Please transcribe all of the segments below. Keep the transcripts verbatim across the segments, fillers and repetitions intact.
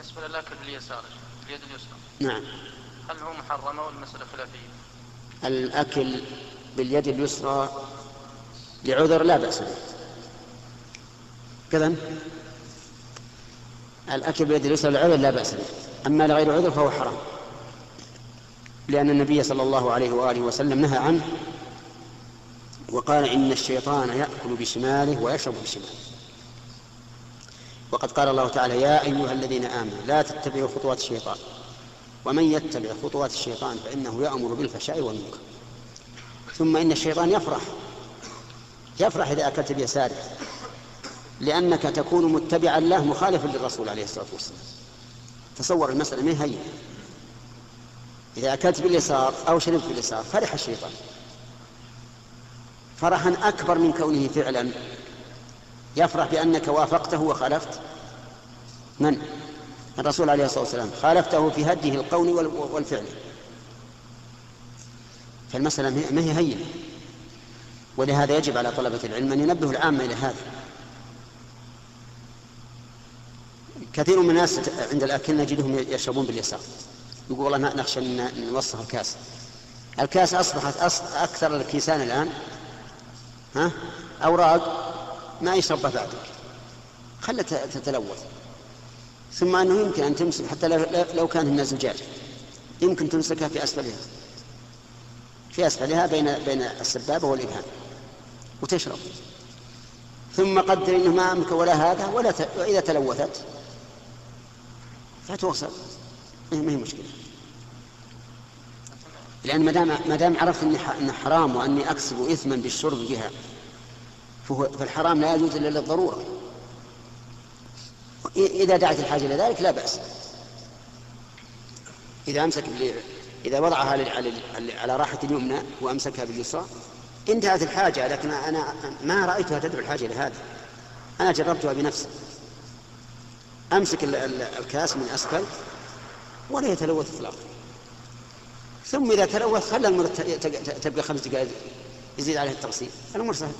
بالنسبة للأكل باليسار باليد اليسرى نعم، هل هو محرم أو المسألة خلافية؟ الأكل باليد اليسرى لعذر لا بأس به كذا، الأكل باليد اليسرى لعذر لا بأس به، أما لغير عذر فهو حرام، لأن النبي صلى الله عليه وآله وسلم نهى عنه وقال إن الشيطان يأكل بشماله ويشرب بشماله. وقد قال الله تعالى يا أيها الذين آمنوا لا تتبعوا خطوات الشيطان ومن يتبع خطوات الشيطان فإنه يأمر بالفحشاء والمنكر. ثم إن الشيطان يفرح يفرح إذا أكلت بيساره، لأنك تكون متبعا له مخالفا للرسول عليه الصلاة والسلام. تصور المسألة من هي، إذا أكلت باليسار أو شربت باليسار فرح الشيطان فرحا أكبر من كونه فعلا يفرح بأنك وافقته وخالفت من؟ الرسول عليه الصلاة والسلام، خالفته في هديه القول والفعل. فالمسألة ما هي هينة، ولهذا يجب على طلبة العلم أن ينبهوا العامة إلى هذا. كثير من الناس عند الأكل نجدهم يشربون باليسار، يقول والله نخشى أن نوصف الكاس. الكاس أصبحت أكثر الكيسان الآن ها أوراق ما يشربها بعدك، خلت تتلوث. ثم أنه يمكن أن تمسك حتى لو كان الناس زجاج يمكن تمسكها في أسفلها في أسفلها بين بين السبابة والإبهام وتشرب، ثم قدر إنه ما أمك ولا هذا ولا ت... وإذا تلوثت فتوصل ما هي مشكلة، لأن ما دام عرفت أني حرام وأني أكسب إثما بالشرب بها فالحرام لا يجوز إلا للضرورة. إذا دعت الحاجة إلى ذلك لا بأس. إذا أمسك إذا وضعها على راحة اليمنى وأمسكها باليسرى انتهت الحاجة، لكن أنا ما رأيتها تدعو الحاجة لهذا، أنا جربتها بنفسي. أمسك الكاس من أسفل ولا يتلوث إطلاقا، ثم إذا تلوث خلى المرة تبقى خمس دقائق يزيد عليه التغسيل، الأمر سهل.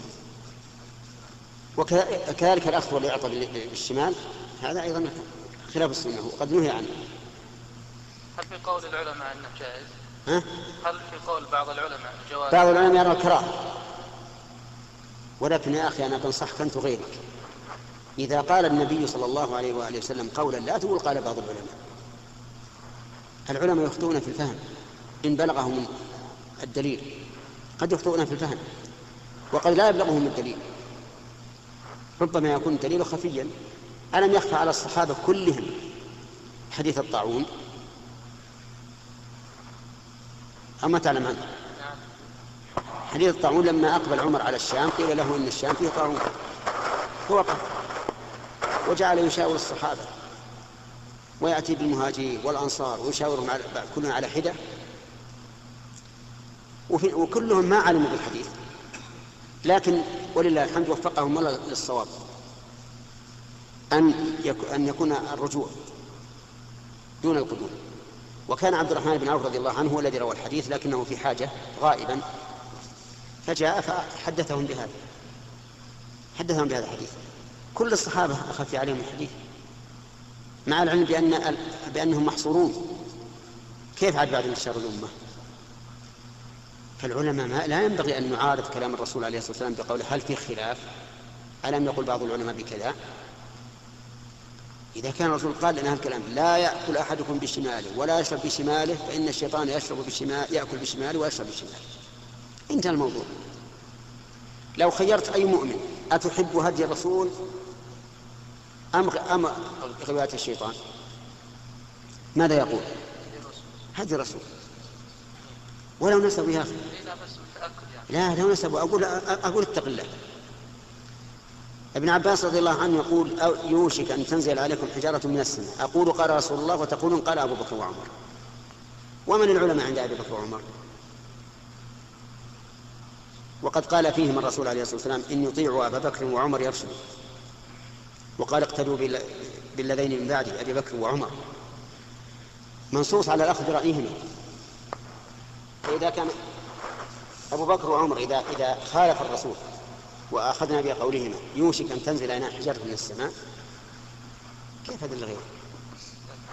وكذلك الأخذ والإعطاء بالشمال هذا أيضا خلاف السنة وقد نهي عنه. هل في قول العلماء أنه جائز؟ ها؟ هل في قول بعض العلماء جواز؟ بعض العلماء يرى الكراهة، ولكن يا أخي أنا بنصحك أنت غيرك، إذا قال النبي صلى الله عليه وآله وسلم قولا لا تقول قال بعض العلماء. العلماء يخطئون في الفهم إن بلغهم الدليل، قد يخطئون في الفهم وقد لا يبلغهم الدليل، ربما يكون الدليل خفيا. ألم يخفى على الصحابة كلهم حديث الطاعون؟ أما تعلم عنه حديث الطاعون لما أقبل عمر على الشام قيل له إن الشام فيه طاعون، فوقف وجعل يشاور الصحابة ويأتي بالمهاجرين والأنصار ويشاورهم كلهم على حدة، وكلهم ما علموا بالحديث، لكن ولله الحمد وفقهم الله للصواب أن أن يكون الرجوع دون القدوم. وكان عبد الرحمن بن عوف رضي الله عنه هو الذي روى الحديث لكنه في حاجة غائبا، فجاء فحدثهم بهذا حدثهم بهذا الحديث. كل الصحابة أخف عليهم الحديث مع العلم بأن بأنهم محصورون، كيف عاد بعد انتشار الأمة؟ فالعلماء لا ينبغي أن نعارض كلام الرسول عليه الصلاة والسلام بقوله هل في خلاف؟ ألم يقول بعض العلماء بكذا؟ إذا كان الرسول قال لنا هالكلام لا يأكل أحدكم بشماله ولا يشرب بشماله فإن الشيطان يشرب بشماله يأكل بشماله ويشرب بشماله، انتهى الموضوع. لو خيرت أي مؤمن أتحب هدي الرسول أم أم غواية الشيطان؟ ماذا يقول؟ هدي الرسول. ولو نسبوا يا أخي لا لو نسبوا أقول أقول اتق الله. ابن عباس رضي الله عنه يقول يوشك أن تنزل عليكم حجارة من السماء أقول قال رسول الله وتقولون قال أبو بكر وعمر. ومن العلماء عند أبي بكر وعمر؟ وقد قال فيهم الرسول عليه الصلاة والسلام إن يطيعوا أبا بكر وعمر يرشدوا، وقال اقتدوا بالذين من بعد أبي بكر وعمر، منصوص على الأخذ برأيهما. فإذا كان أبو بكر وعمر إذا إذا خالف الرسول وأخذنا بقولهما يوشك أن تنزل علينا حجارة من السماء، كيف هذا الغير؟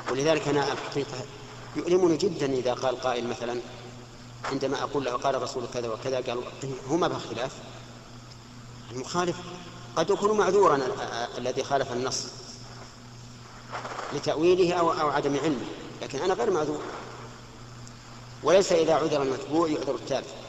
ولذلك أنا الحقيقة يؤلمني جدا إذا قال قائل مثلا عندما أقول له قال الرسول كذا وكذا قال هما بخلاف. المخالف قد يكون معذورا الذي خالف النص لتأويله أو, أو عدم علمه، لكن أنا غير معذور. وليس إذا عذر المتبوع يعذر التابع.